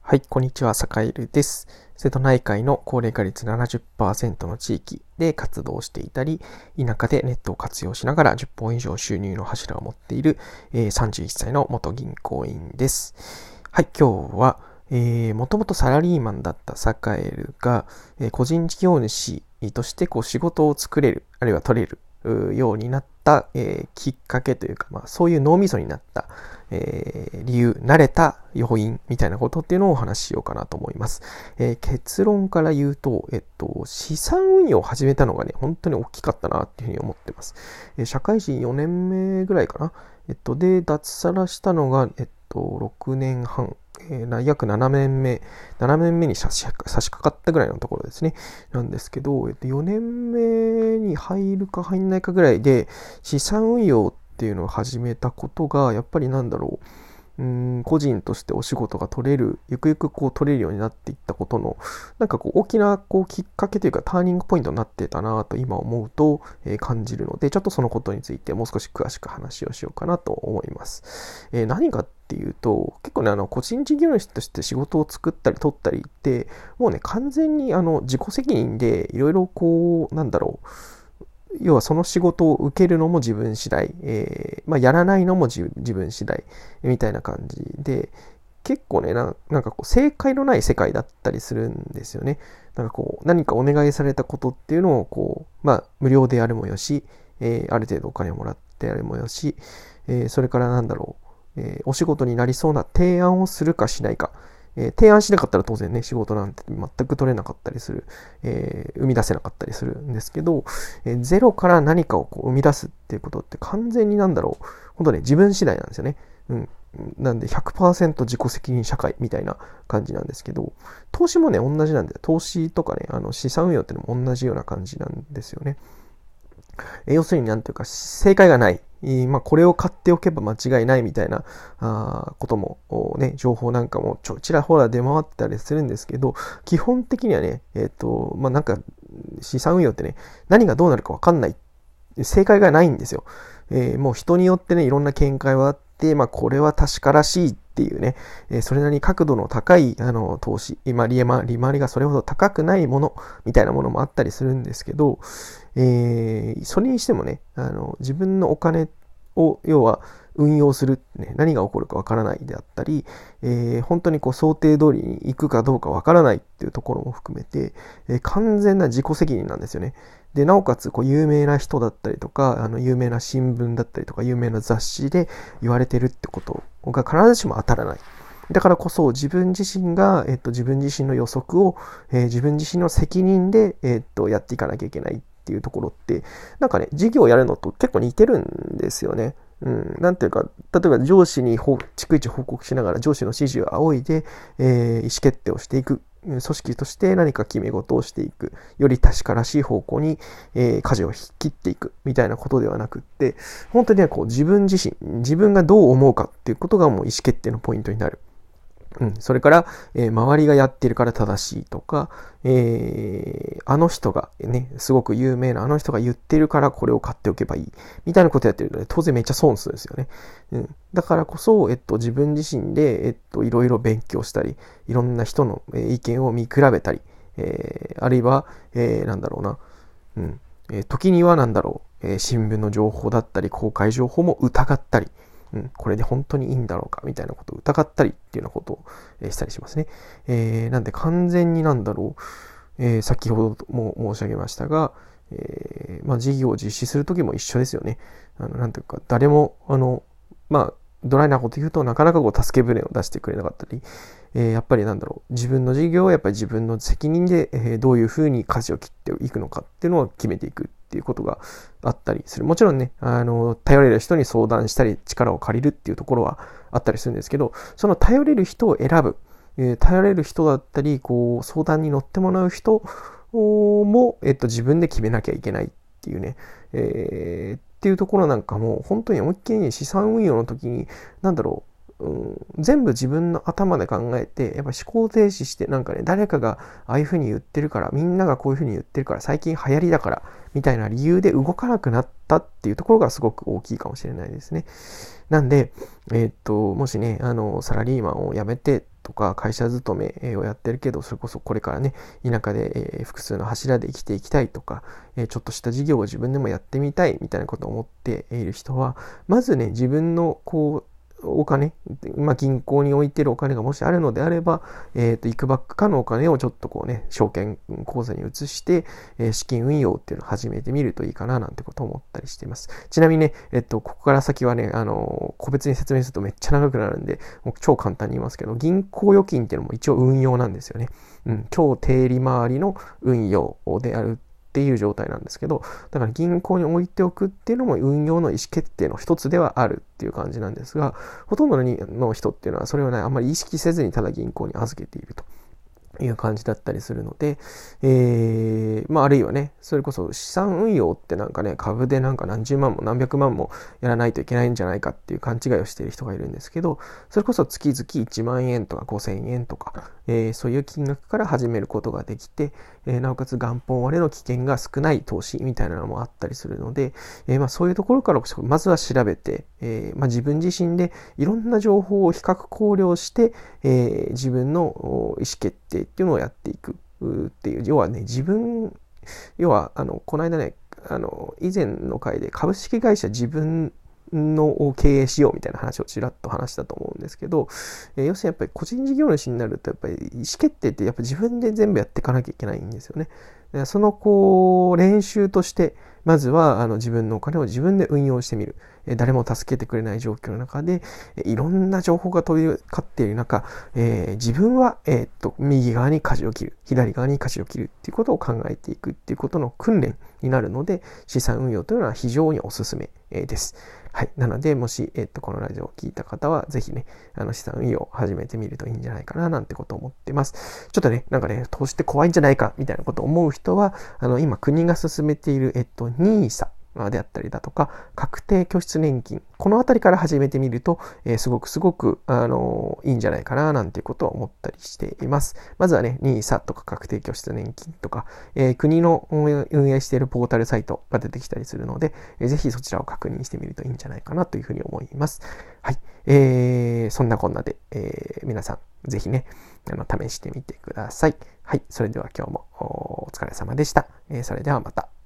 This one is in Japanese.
はい、こんにちは、坂井です。瀬戸内海の高齢化率 70% の地域で活動していたり、田舎でネットを活用しながら10本以上収入の柱を持っている、31歳の元銀行員です。はい、今日は、もともとサラリーマンだった坂井が、個人事業主として仕事を作れる、あるいは取れるようになった、きっかけというか、そういう脳みそになった、理由、慣れた要因みたいなことっていうのをお話ししようかなと思います。結論から言うと、資産運用を始めたのがね、本当に大きかったなっていうふうに思ってます。社会人4年目ぐらいかな。で、脱サラしたのが、6年半。約7年目に差し掛かったぐらいのところですね。なんですけど、4年目に入るか入んないかぐらいで資産運用っていうのを始めたことが、やっぱり個人としてお仕事が取れる、ゆくゆく取れるようになっていったことの、大きなきっかけというかターニングポイントになってたなと今思うと、感じるので、ちょっとそのことについてもう少し詳しく話をしようかなと思います。何かっていうと、結構ね、個人事業主として仕事を作ったり取ったりって、もうね、完全に自己責任でいろいろ要はその仕事を受けるのも自分次第、やらないのも自分次第みたいな感じで、結構ね、正解のない世界だったりするんですよね。何かお願いされたことっていうのを無料でやるもよし、ある程度お金をもらってやるもよし、それからお仕事になりそうな提案をするかしないか。提案しなかったら当然ね、仕事なんて全く取れなかったりする、生み出せなかったりするんですけど、ゼロから何かを生み出すっていうことって完全に本当ね、自分次第なんですよね。なんで 100% 自己責任社会みたいな感じなんですけど、投資もね、同じなんで、投資とかね、資産運用っていうのも同じような感じなんですよね。要するに正解がない。これを買っておけば間違いないみたいなこともね、情報なんかもちらほら出回ったりするんですけど、基本的にはね、資産運用ってね、何がどうなるか分かんない。正解がないんですよ。もう人によってね、いろんな見解はあって、これは確からしいっていうね、それなりに角度の高い投資、利回りがそれほど高くないものみたいなものもあったりするんですけど、それにしてもね、自分のお金を要は運用する、ね、何が起こるかわからないであったり、本当に想定通りに行くかどうかわからないっていうところも含めて、完全な自己責任なんですよね。で、なおかつ有名な人だったりとか、有名な新聞だったりとか、有名な雑誌で言われてるってことが必ずしも当たらない。だからこそ自分自身が、自分自身の予測を、自分自身の責任で、やっていかなきゃいけないっていうところって、事業をやるのと結構似てるんですよね。例えば上司に逐一報告しながら上司の指示を仰いで、意思決定をしていく。組織として何か決め事をしていく。より確からしい方向に、舵を引き切っていく。みたいなことではなくって、本当に自分自分がどう思うかっていうことがもう意思決定のポイントになる。それから、周りがやってるから正しいとか、あの人がね、すごく有名なあの人が言ってるからこれを買っておけばいい。みたいなことやってるので、当然めっちゃ損するんですよね。だからこそ、自分自身で、いろいろ勉強したり、いろんな人の意見を見比べたり、あるいは、時には新聞の情報だったり、公開情報も疑ったり、これで本当にいいんだろうかみたいなことを疑ったりっていうようなことをしたりしますね。なんで完全に先ほども申し上げましたが、事業を実施するときも一緒ですよね。誰も、ドライなこと言うとなかなか助け舟を出してくれなかったり、やっぱり自分の事業をやっぱり自分の責任で、どういうふうに舵を切っていくのかっていうのを決めていくっていうことがあったりする。もちろんね、頼れる人に相談したり力を借りるっていうところはあったりするんですけど、その頼れる人を選ぶ、頼れる人だったり、相談に乗ってもらう人も、自分で決めなきゃいけないっていうね、っていうところなんかも本当に思いっきり資産運用の時に全部自分の頭で考えてやっぱ思考停止して誰かがああいう風に言ってるからみんながこういう風に言ってるから最近流行りだからみたいな理由で動かなくなったっていうところがすごく大きいかもしれないですね。なんでもしねサラリーマンを辞めてとか会社勤めをやってるけど、それこそこれからね、田舎で複数の柱で生きていきたいとか、ちょっとした事業を自分でもやってみたいみたいなことを思っている人は、まずね、自分のお金、銀行に置いてるお金がもしあるのであれば、いくばっかのお金をちょっと証券口座に移して、資金運用っていうのを始めてみるといいかななんてことを思ったりしています。ちなみにね、ここから先はね、個別に説明するとめっちゃ長くなるんで、もう超簡単に言いますけど、銀行預金っていうのも一応運用なんですよね。超低利回りの運用であるっていう状態なんですけど、だから銀行に置いておくっていうのも運用の意思決定の一つではあるっていう感じなんですが、ほとんどの人っていうのはそれをね、あんまり意識せずにただ銀行に預けているという感じだったりするので、あるいはね、それこそ資産運用ってなんかね、株でなんか何十万も何百万もやらないといけないんじゃないかっていう勘違いをしている人がいるんですけど、それこそ月々1万円とか5000円とか、そういう金額から始めることができて、なおかつ元本割れの危険が少ない投資みたいなのもあったりするので、そういうところからまずは調べて、自分自身でいろんな情報を比較考慮して、自分の意思決定っていうのをやっていくっていう、要はね、この間ね、以前の回で株式会社自分の経営しようみたいな話をちらっと話したと思うんですけど、要するにやっぱり個人事業主になるとやっぱり意思決定ってやっぱ自分で全部やっていかなきゃいけないんですよね。その練習としてまずは自分のお金を自分で運用してみる。誰も助けてくれない状況の中でいろんな情報が飛び交っている中、自分は右側に舵を切る、左側に舵を切るっていうことを考えていくっていうことの訓練になるので、資産運用というのは非常におすすめです。はい。なので、もし、このラジオを聞いた方は、ぜひね、資産運用を始めてみるといいんじゃないかな、なんてことを思ってます。ちょっとね、なんかね、投資って怖いんじゃないか、みたいなことを思う人は、今、国が進めている、NISAであったりだとか、確定拠出年金、このあたりから始めてみると、すごくいいんじゃないかな、なんていうことを思ったりしています。まずはね、NISAとか確定拠出年金とか、国の運営しているポータルサイトが出てきたりするので、ぜひそちらを確認してみるといいんじゃないかなというふうに思います。はい。そんなこんなで、皆さん、ぜひね、試してみてください。はい。それでは今日もお疲れ様でした。それではまた。